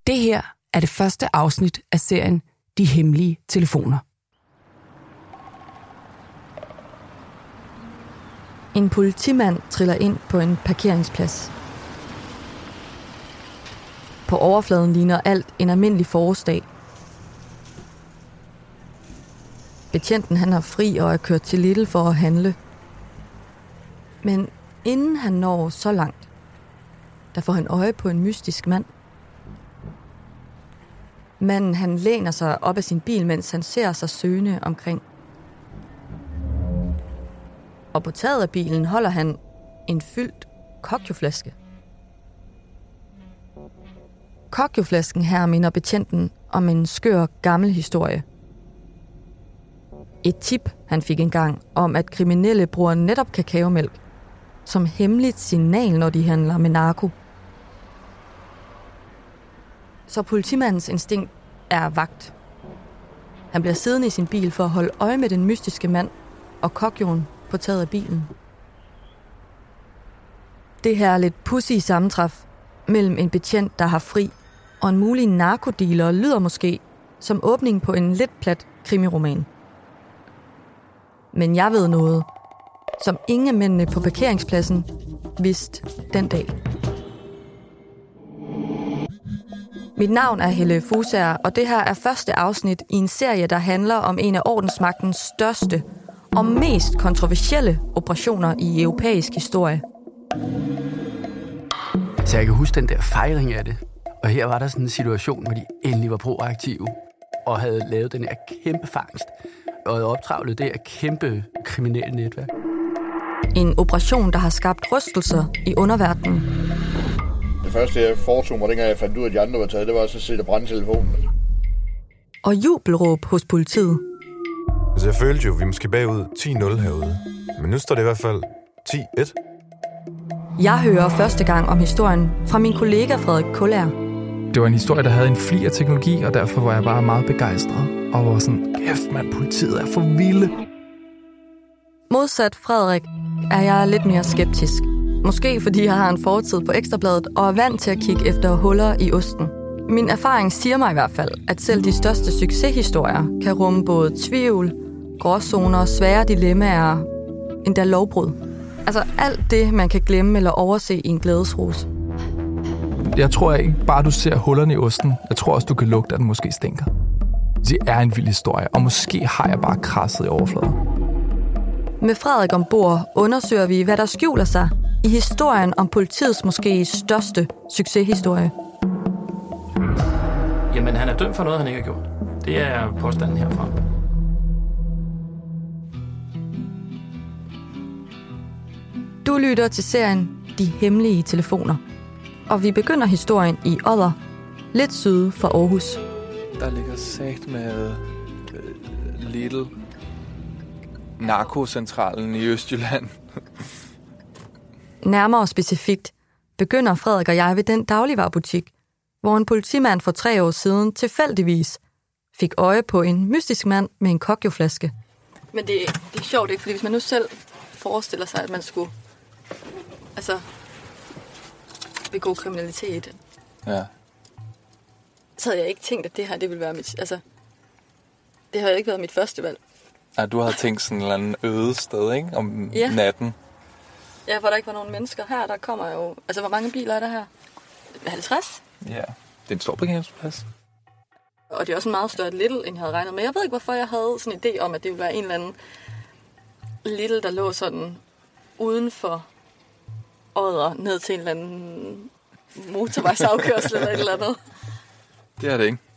Det her er det første afsnit af serien De Hemmelige Telefoner. En politimand triller ind på en parkeringsplads. På overfladen ligner alt en almindelig forårsdag. Betjenten han har fri og er kørt til Lidl for at handle. Men inden han når så langt, der får han øje på en mystisk mand. Manden han læner sig op af sin bil, mens han ser sig søgende omkring. Og på taget af bilen holder han en fyldt cocktailflaske. Cocktailflasken her minder betjenten om en skør gammel historie. Et tip, han fik engang, om at kriminelle bruger netop kakaomælk som hemmeligt signal, når de handler med narko. Så politimandens instinkt er vagt. Han bliver siddende i sin bil for at holde øje med den mystiske mand og cocktaillen på taget af bilen. Det her lidt pudsige sammentræf mellem en betjent, der har fri, og en mulig narkodealer lyder måske som åbning på en lidt plat krimiroman. Men jeg ved noget, som ingen af mændene på parkeringspladsen vidste den dag. Mit navn er Helle Fusager, og det her er første afsnit i en serie, der handler om en af ordensmagtens største og mest kontroversielle operationer i europæisk historie. Så jeg kan huske den der fejring af det. Og her var der sådan en situation, hvor de endelig var proaktive og havde lavet den her kæmpe fangst og havde optravlet det her kæmpe kriminelle netværk. En operation, der har skabt rystelser i underverdenen. Det første, jeg foretog mig, dengang jeg fandt ud af, at de andre var taget, det var så at sætte brandtelefonen. Og jubelråb hos politiet. Altså, jeg følte jo, at vi måske bagud 10-0 herude. Men nu står det i hvert fald 10-1. Jeg hører første gang om historien fra min kollega Frederik Kullær. Det var en historie, der havde en fli af teknologi, og derfor var jeg bare meget begejstret. Og var sådan, kæft mand, politiet er for vilde. Modsat Frederik er jeg lidt mere skeptisk. Måske fordi jeg har en fortid på Ekstrabladet og er vant til at kigge efter huller i osten. Min erfaring siger mig i hvert fald, at selv de største succeshistorier kan rumme både tvivl, gråzoner, svære dilemmaer, endda lovbrud. Altså alt det, man kan glemme eller overse i en glædesrus. Jeg tror ikke bare, du ser hullerne i osten. Jeg tror også, du kan lugte, at den måske stinker. Det er en vild historie, og måske har jeg bare krasset i overfladen. Med Frederik ombord undersøger vi, hvad der skjuler sig i historien om politiets måske største succeshistorie. Jamen, han er dømt for noget, han ikke har gjort. Det er påstanden herfra. Du lytter til serien De Hemmelige Telefoner. Og vi begynder historien i Odder, lidt syd for Aarhus. Der ligger sagt med Lidl, narkocentralen i Østjylland. Nærmere specifikt begynder Frederik og jeg ved den dagligvarebutik, hvor en politimand for 3 år siden tilfældigvis fik øje på en mystisk mand med en cocktailflaske. Men det er sjovt, ikke? Fordi hvis man nu selv forestiller sig, at man skulle begå kriminalitet, Ja. så havde jeg ikke tænkt, at det her det ville være mit... det havde ikke været mit første valg. Ja, du havde tænkt sådan en eller anden øde sted, ikke? Om natten. Ja, hvor der ikke var nogen mennesker. Her, der kommer jo... Altså, hvor mange biler er der her? 50? Ja, det er en stor parkeringsplads. Og det er også en meget større Lidl, end jeg havde regnet med. Jeg ved ikke, hvorfor jeg havde sådan en idé om, at det ville være en eller anden Lidl, der lå sådan uden for Odder ned til en eller anden motorvejsafkørsel eller et eller andet. Det er det ikke.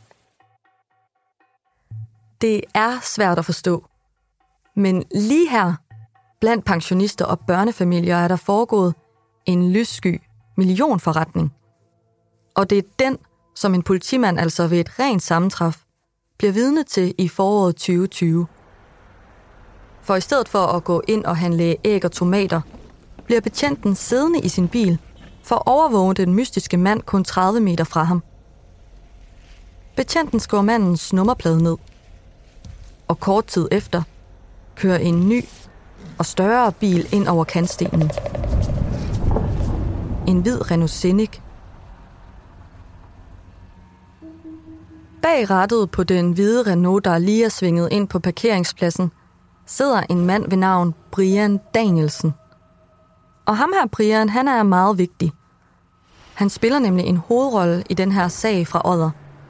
Det er svært at forstå. Men lige her, blandt pensionister og børnefamilier, er der foregået en lyssky millionforretning. Og det er den, som en politimand altså ved et rent sammentræf bliver vidne til i foråret 2020. For i stedet for at gå ind og handle æg og tomater, bliver betjenten siddende i sin bil for at overvåge den mystiske mand kun 30 meter fra ham. Betjenten skriver mandens nummerplade ned, og kort tid efter kører en ny og større bil ind over kantstenen. En hvid Renault Scenic. Bag rattet på den hvide Renault, der lige er svinget ind på parkeringspladsen, sidder en mand ved navn Brian Danielsen. Og ham her, Brian, han er meget vigtig. Han spiller nemlig en hovedrolle i den her sag fra Odder.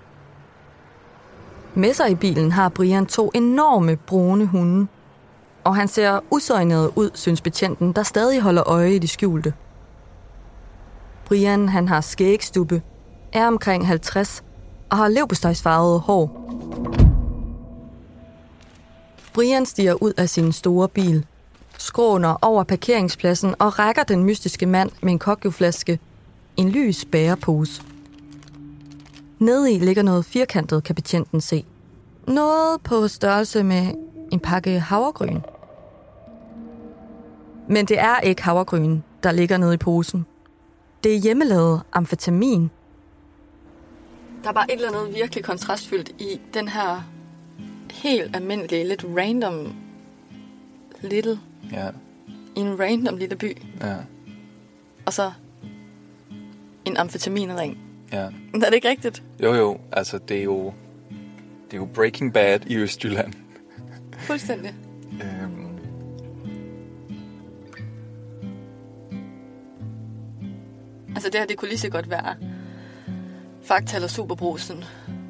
Med sig i bilen har Brian 2 enorme brune hunde. Og han ser usøgnet ud, synes betjenten, der stadig holder øje i det skjulte. Brian, han har skægstubbe, er omkring 50 og har leverpostejsfarvede hår. Brian stiger ud af sin store bil, skråner over parkeringspladsen og rækker den mystiske mand med en cocktailflaske en lys bærepose. Nede i ligger noget firkantet, kan betjenten se. Noget på størrelse med en pakke havregryn. Men det er ikke havregryn, der ligger nede i posen. Det er hjemmelavet amfetamin. Der er bare et eller andet virkelig kontrastfyldt i den her helt almindelige, lidt random little... Ja. I en random lille by. Ja. Og så en amfetaminring. Ja. Er det ikke rigtigt? Jo, altså det er jo Breaking Bad i Østjylland. Fuldstændig. Altså det her, det kunne lige så godt være Fakta eller Superbrugsen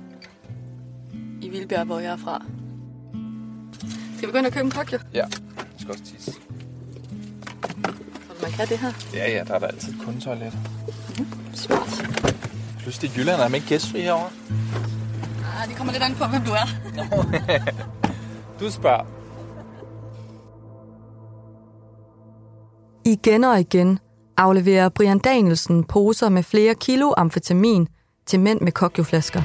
i Vildbjerg, hvor jeg er fra. Skal vi gå ind og købe en cocktail? Ja, jeg skal også tisse. Tror du, man kan det her? Ja, der er der altid kundetoilet. Smart. Plus det er Jylland, er man ikke gæstfri herovre? Det kommer lidt an på, hvem du er. Du spørger. Igen og igen afleverer Brian Danielsen poser med flere kilo amfetamin til mænd med cocktailflasker.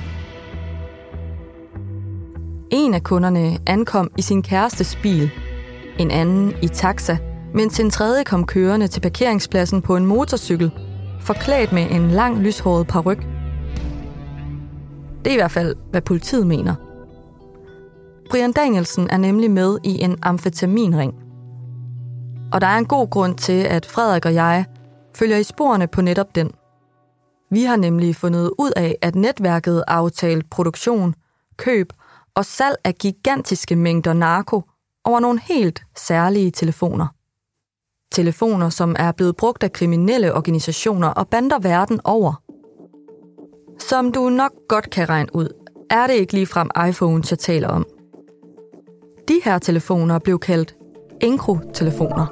En af kunderne ankom i sin kærestes bil, en anden i taxa, mens en tredje kom kørende til parkeringspladsen på en motorcykel, forklædt med en lang lyshåret paryk. Det er i hvert fald, hvad politiet mener. Brian Danielsen er nemlig med i en amfetaminring. Og der er en god grund til, at Frederik og jeg følger i sporene på netop den. Vi har nemlig fundet ud af, at netværket aftalt produktion, køb og salg af gigantiske mængder narko over nogle helt særlige telefoner. Telefoner, som er blevet brugt af kriminelle organisationer og bander verden over. Som du nok godt kan regne ud, er det ikke ligefrem iPhones, jeg taler om. De her telefoner blev kaldt Encro-telefoner.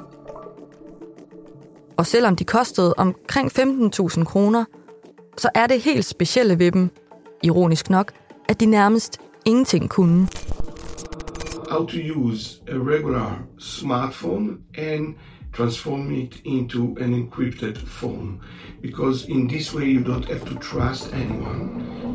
Og selvom de kostede omkring 15.000 kroner, så er det helt specielle ved dem, ironisk nok, at de nærmest ingenting kunne. How to use a regular smartphone and transform it into an encrypted phone. Because in this way you don't have to trust anyone.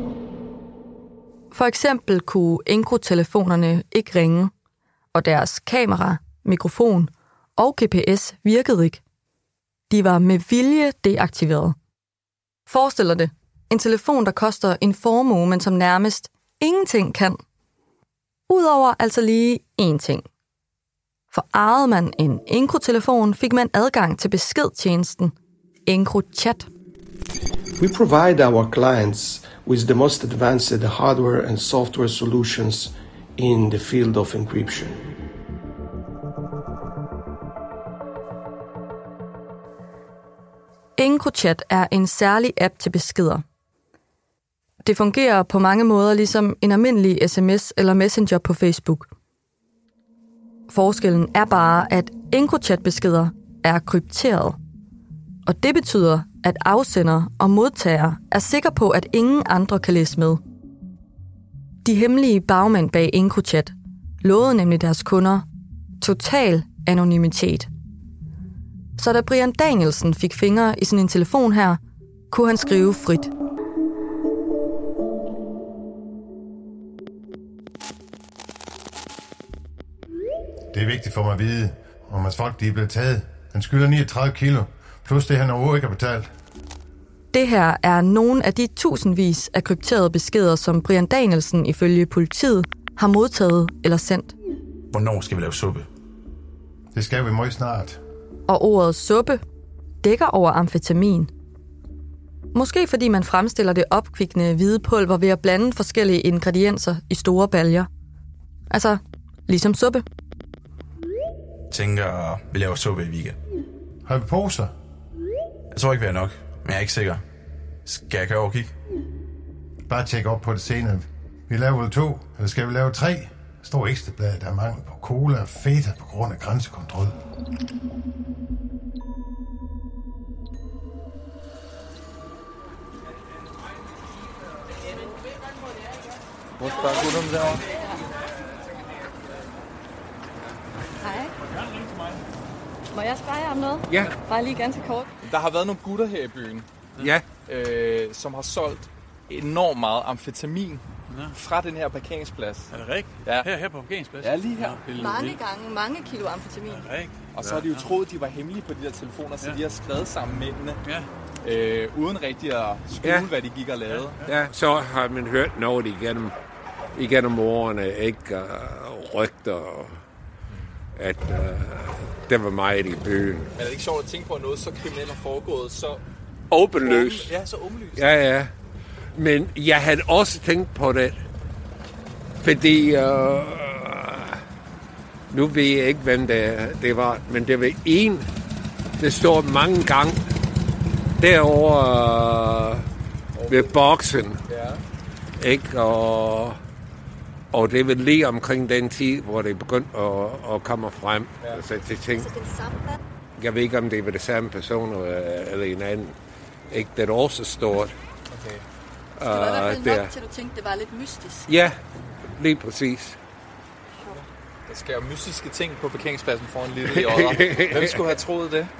For eksempel kunne Encro-telefonerne ikke ringe, og deres kamera, mikrofon og GPS virkede ikke. De var med vilje deaktiveret. Forestil dig det. En telefon, der koster en formue, men som nærmest ingenting kan. Udover altså lige én ting. For ejede man en Encro-telefon, fik man adgang til beskedtjenesten EncroChat. We provide our clients with the most advanced hardware and software solutions in the field of encryption. EncroChat er en særlig app til beskeder. Det fungerer på mange måder ligesom en almindelig sms eller messenger på Facebook. Forskellen er bare, at EncroChat-beskeder er krypteret. Og det betyder, at afsender og modtager er sikre på, at ingen andre kan læse med. De hemmelige bagmænd bag EncroChat lovede nemlig deres kunder total anonymitet. Så da Brian Danielsen fik fingre i sådan en telefon her, kunne han skrive frit. Det er vigtigt for mig at vide, om hans folk de er blevet taget. Han skylder 39 kilo, plus det han overhovedet ikke har betalt. Det her er nogle af de tusindvis af krypterede beskeder, som Brian Danielsen ifølge politiet har modtaget eller sendt. Hvornår skal vi lave suppe? Det skal vi meget snart. Og ordet suppe dækker over amfetamin. Måske fordi man fremstiller det opkvikkende hvide pulver ved at blande forskellige ingredienser i store baljer. Altså, ligesom suppe. Tænker, vi laver suppe i weekend. Har vi poser? Jeg tror ikke, vi er nok, men jeg er ikke sikker. Skal jeg køre over og kigge? Bare tjek op på det senere. Vi laver 2, eller skal vi lave 3? Der står Ekstrabladet, der er mangel på cola og feta på grund af grænsekontrol. Hvor spørger gutterne derovre? Hej. Må jeg spørge jer om noget? Ja. Bare lige ganske kort. Der har været nogle gutter her i byen, Ja. som har solgt enormt meget amfetamin fra den her parkeringsplads. Er det rigtigt? Ja. Her på parkeringspladsen? Ja, lige her. Mange gange, mange kilo amfetamin. Og så har de jo troet, at de var hemmelige på de der telefoner, så de har skrevet sammen mændene. Uden rigtig at skjule, hvad de gik og lavede. Ja, så har man hørt noget igennem årene, ikke? Rygter, at der var meget i byen. Men er det ikke sjovt at tænke på, at noget så kriminelt er foregået, så åbenlyst? Ja, så åbenlyst. Ja. Men jeg havde også tænkt på det, fordi nu ved jeg ikke, hvem det var, men det var en, der står mange gange derovre ved boksen, ikke? Og det var lige omkring den tid, hvor det begyndte at komme frem. Så jeg tænkte, jeg ved ikke, om det var det samme person eller en anden. Ikke, det er også stort. Okay. Det var i hvert fald nok til, du tænkte, det var lidt mystisk. Ja, lige præcis. Der sker jo mystiske ting på parkeringspladsen foran Lidl i Odder. Hvem skulle have troet det?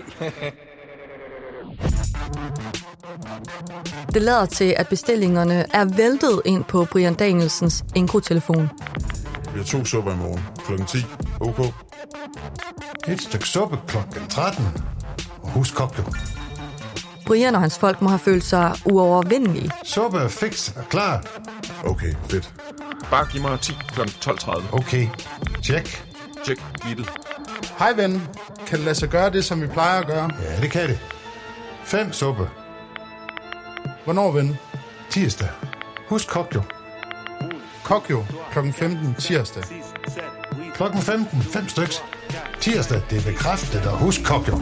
Det lader til, at bestillingerne er væltet ind på Brian Danielsens Ingro-telefon. Vi har 2 supper i morgen. Klokken 10. OK. Et stykke suppe klokken 13. Og husk kokjo. Brian og hans folk må have følt sig uovervindelige. Suppe er fix og klar. Okay, fedt. Bare giv mig 10 kl. 12.30. Okay. Tjek. Lidl. Hej ven. Kan det lade sig gøre det, som vi plejer at gøre? Ja, det kan det. 5 suppe. Hvornår, ven? Tirsdag. Husk kokjo. Kokjo. Klokken 15 tirsdag. Klokken 15. 5 styks. Tirsdag, det er bekræftet, og husk kokjo.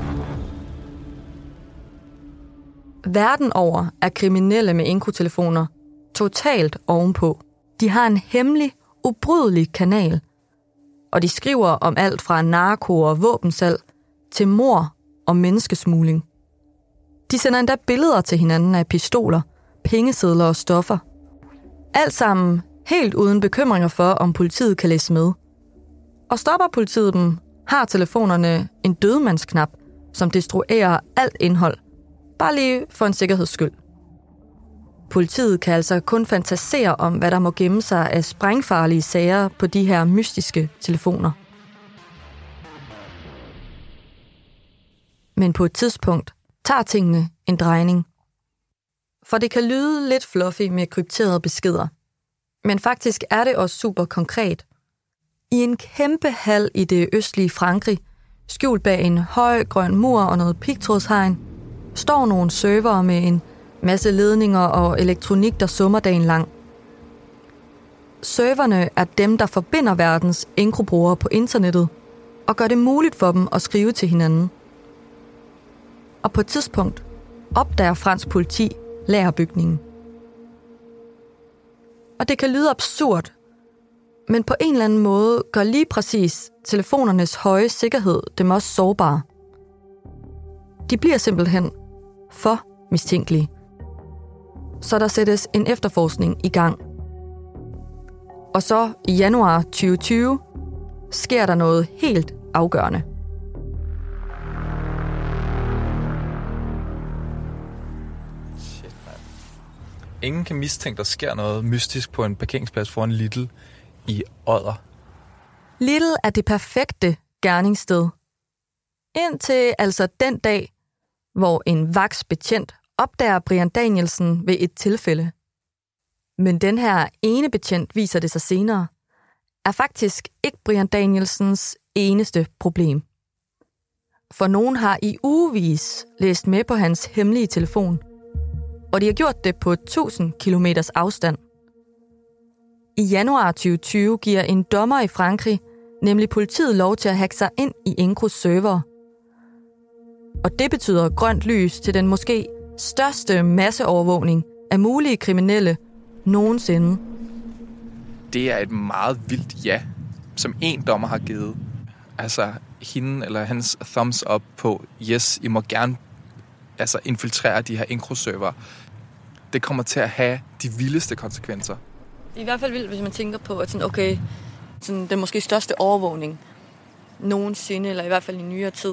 Verden over er kriminelle med Ingro-telefoner totalt ovenpå. De har en hemmelig, ubrydelig kanal. Og de skriver om alt fra narko og våbensalg til mord og menneskesmugling. De sender endda billeder til hinanden af pistoler, pengesedler og stoffer. Alt sammen helt uden bekymringer for, om politiet kan læse med. Og stopper politiet dem, har telefonerne en dødmandsknap, som destruerer alt indhold. Bare lige for en sikkerheds skyld. Politiet kan altså kun fantasere om, hvad der må gemme sig af sprængfarlige sager på de her mystiske telefoner. Men på et tidspunkt tager tingene en drejning. For det kan lyde lidt fluffy med krypterede beskeder. Men faktisk er det også super konkret. I en kæmpe hal i det østlige Frankrig, skjult bag en høj grøn mur og noget pigtrådshegn, står nogle servere med en masse ledninger og elektronik, der summer dagen lang. Serverne er dem, der forbinder verdens Ingro-brugere på internettet og gør det muligt for dem at skrive til hinanden. Og på et tidspunkt opdager fransk politi lagerbygningen. Og det kan lyde absurd, men på en eller anden måde gør lige præcis telefonernes høje sikkerhed dem også sårbare. De bliver simpelthen for mistænkelige. Så der sættes en efterforskning i gang. Og så i januar 2020 sker der noget helt afgørende. Shit, man. Ingen kan mistænke, der sker noget mystisk på en parkeringsplads foran Lidl i Odder. Lidl er det perfekte gerningssted. Indtil altså den dag, hvor en vagtsbetjent opdager Brian Danielsen ved et tilfælde. Men den her ene betjent, viser det sig senere, er faktisk ikke Brian Danielsens eneste problem. For nogen har i ugevis læst med på hans hemmelige telefon, og de har gjort det på 1000 kilometers afstand. I januar 2020 giver en dommer i Frankrig nemlig politiet lov til at hacke sig ind i Incros server. Og det betyder grønt lys til den måske største masseovervågning af mulige kriminelle nogensinde. Det er et meget vildt ja, som en dommer har givet. Altså hende eller hans thumbs up på, yes, I må gerne infiltrere de her Incros-server. Det kommer til at have de vildeste konsekvenser. Det er i hvert fald vildt, hvis man tænker på, at den måske største overvågning nogensinde, eller i hvert fald i nyere tid,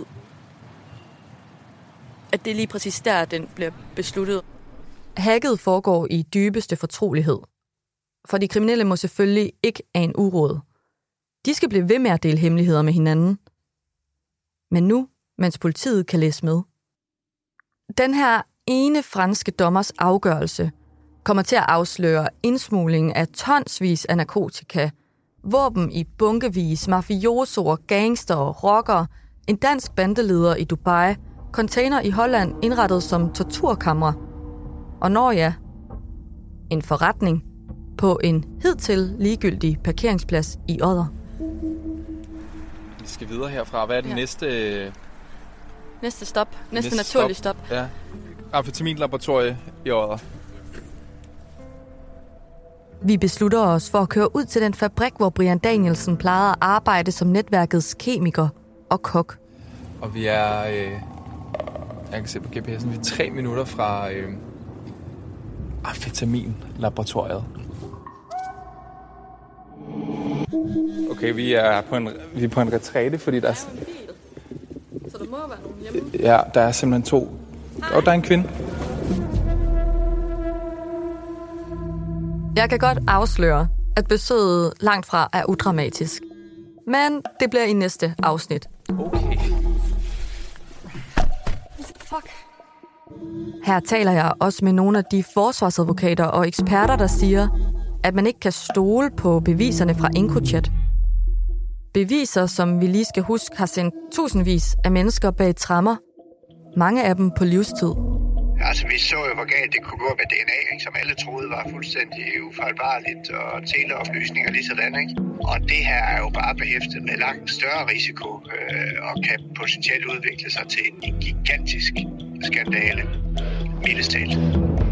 at det er lige præcis der, den bliver besluttet. Hacket foregår i dybeste fortrolighed. For de kriminelle må selvfølgelig ikke af en uråd. De skal blive ved med at dele hemmeligheder med hinanden. Men nu, mens politiet kan læse med. Den her ene franske dommers afgørelse kommer til at afsløre indsmugling af tonsvis af narkotika, våben i bunkevis, mafiosoer, gangster, rockere, en dansk bandeleder i Dubai, container i Holland indrettet som torturkamre. Og når ja, en forretning på en hidtil ligegyldig parkeringsplads i Odder. Vi skal videre herfra. Hvad er det næste? Næste stop. Næste naturlige stop. Ja. Amfetaminlaboratorie i Odder. Vi beslutter os for at køre ud til den fabrik, hvor Brian Danielsen plejede at arbejde som netværkets kemiker og kok. Og vi er, jeg kan se på GPS'en, vi er 3 minutter fra amfetaminlaboratoriet. Okay, vi er på en retræte, fordi der er... Så der må være nogen hjemme? Ja, der er simpelthen 2. Og der er en kvinde. Jeg kan godt afsløre, at besøget langt fra er udramatisk. Men det bliver i næste afsnit. Okay. Fuck. Her taler jeg også med nogle af de forsvarsadvokater og eksperter, der siger, at man ikke kan stole på beviserne fra EncroChat. Beviser, som vi lige skal huske, har sendt tusindvis af mennesker bag tremmer. Mange af dem på livstid. Altså, vi så jo, hvor galt det kunne gå med DNA, ikke? Som alle troede var fuldstændig ufejlbarligt, og teleoplysninger lige sådan, ikke? Og det her er jo bare behæftet med langt større risiko, og kan potentielt udvikle sig til en gigantisk skandale, mildest talt.